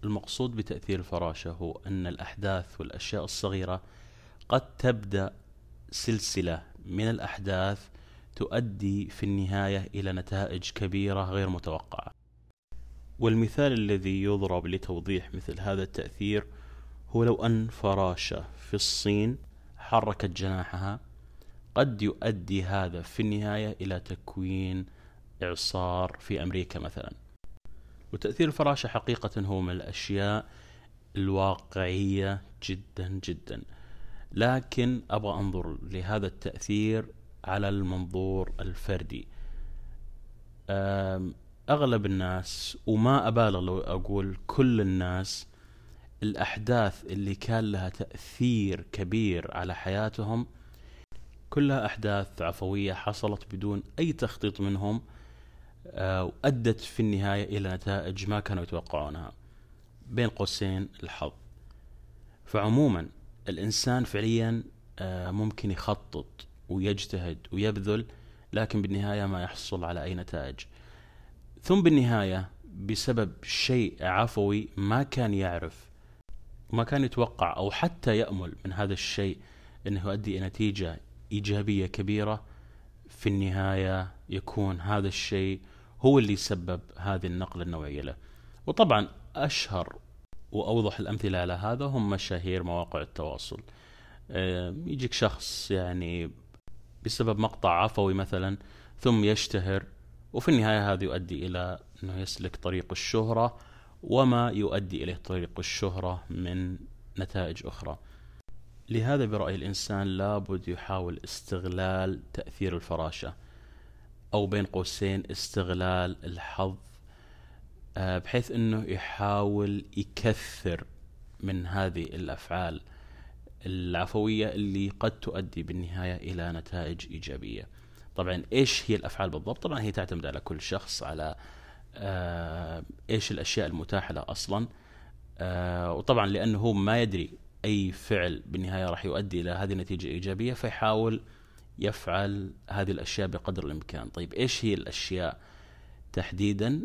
المقصود بتأثير الفراشة هو أن الأحداث والأشياء الصغيرة قد تبدأ سلسلة من الأحداث تؤدي في النهاية إلى نتائج كبيرة غير متوقعة. والمثال الذي يضرب لتوضيح مثل هذا التأثير هو لو أن فراشة في الصين حركت جناحها، قد يؤدي هذا في النهاية إلى تكوين إعصار في أمريكا مثلا. وتأثير الفراشة حقيقة هو من الأشياء الواقعية جدا جدا، لكن أبغى أنظر لهذا التأثير على المنظور الفردي. أغلب الناس، وما أبالغ لو أقول كل الناس، الأحداث اللي كان لها تأثير كبير على حياتهم كلها أحداث عفوية حصلت بدون أي تخطيط منهم، وأدت في النهاية إلى نتائج ما كانوا يتوقعونها، بين قوسين الحظ. فعموما الإنسان فعليا ممكن يخطط ويجتهد ويبذل، لكن بالنهاية ما يحصل على أي نتائج، ثم بالنهاية بسبب شيء عفوي ما كان يعرف وما كان يتوقع أو حتى يأمل من هذا الشيء أنه يؤدي إلى نتيجة إيجابية كبيرة، في النهاية يكون هذا الشيء هو اللي يسبب هذه النقلة النوعية له. وطبعا أشهر وأوضح الأمثلة على هذا هم مشاهير مواقع التواصل. يجيك شخص يعني بسبب مقطع عفوي مثلا ثم يشتهر، وفي النهاية هذا يؤدي إلى أنه يسلك طريق الشهرة، وما يؤدي إليه طريق الشهرة من نتائج أخرى. لهذا برأي الإنسان لابد يحاول استغلال تأثير الفراشة، أو بين قوسين استغلال الحظ، بحيث أنه يحاول يكثر من هذه الأفعال العفوية اللي قد تؤدي بالنهاية إلى نتائج إيجابية. طبعا إيش هي الأفعال بالضبط؟ طبعا هي تعتمد على كل شخص، على إيش الأشياء المتاحة له أصلا، وطبعا لأنه هو ما يدري أي فعل بالنهاية راح يؤدي إلى هذه النتيجة إيجابية، فيحاول يفعل هذه الأشياء بقدر الإمكان. طيب إيش هي الأشياء تحديدا؟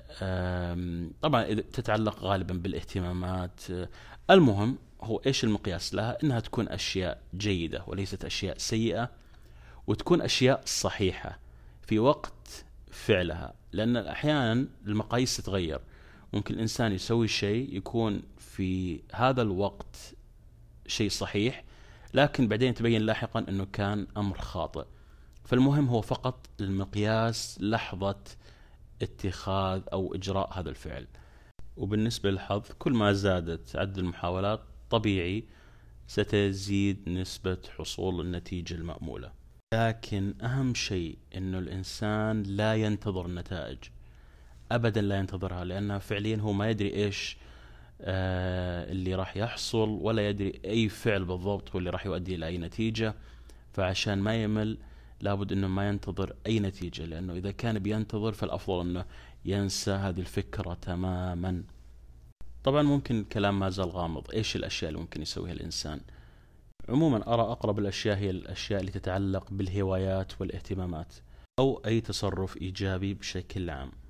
طبعا تتعلق غالبا بالاهتمامات. المهم هو إيش المقياس لها؟ إنها تكون أشياء جيدة وليست أشياء سيئة، وتكون أشياء صحيحة في وقت فعلها، لأن أحيانا المقاييس تتغير. ممكن الإنسان يسوي شيء يكون في هذا الوقت شيء صحيح، لكن بعدين تبين لاحقا أنه كان أمر خاطئ. فالمهم هو فقط المقياس لحظة اتخاذ أو إجراء هذا الفعل. وبالنسبة للحظ، كل ما زادت عدد المحاولات طبيعي ستزيد نسبة حصول النتيجة المأمولة. لكن أهم شيء أنه الإنسان لا ينتظر النتائج أبدا، لا ينتظرها، لأنه فعليا هو ما يدري إيش اللي راح يحصل، ولا يدري أي فعل بالضبط هو اللي راح يؤدي إلى أي نتيجة. فعشان ما يمل لابد أنه ما ينتظر أي نتيجة، لأنه إذا كان بينتظر فالأفضل أنه ينسى هذه الفكرة تماما. طبعا ممكن الكلام ما زال غامض، إيش الأشياء اللي ممكن يسويها الإنسان؟ عموما أرى أقرب الأشياء هي الأشياء اللي تتعلق بالهوايات والاهتمامات، أو أي تصرف إيجابي بشكل عام.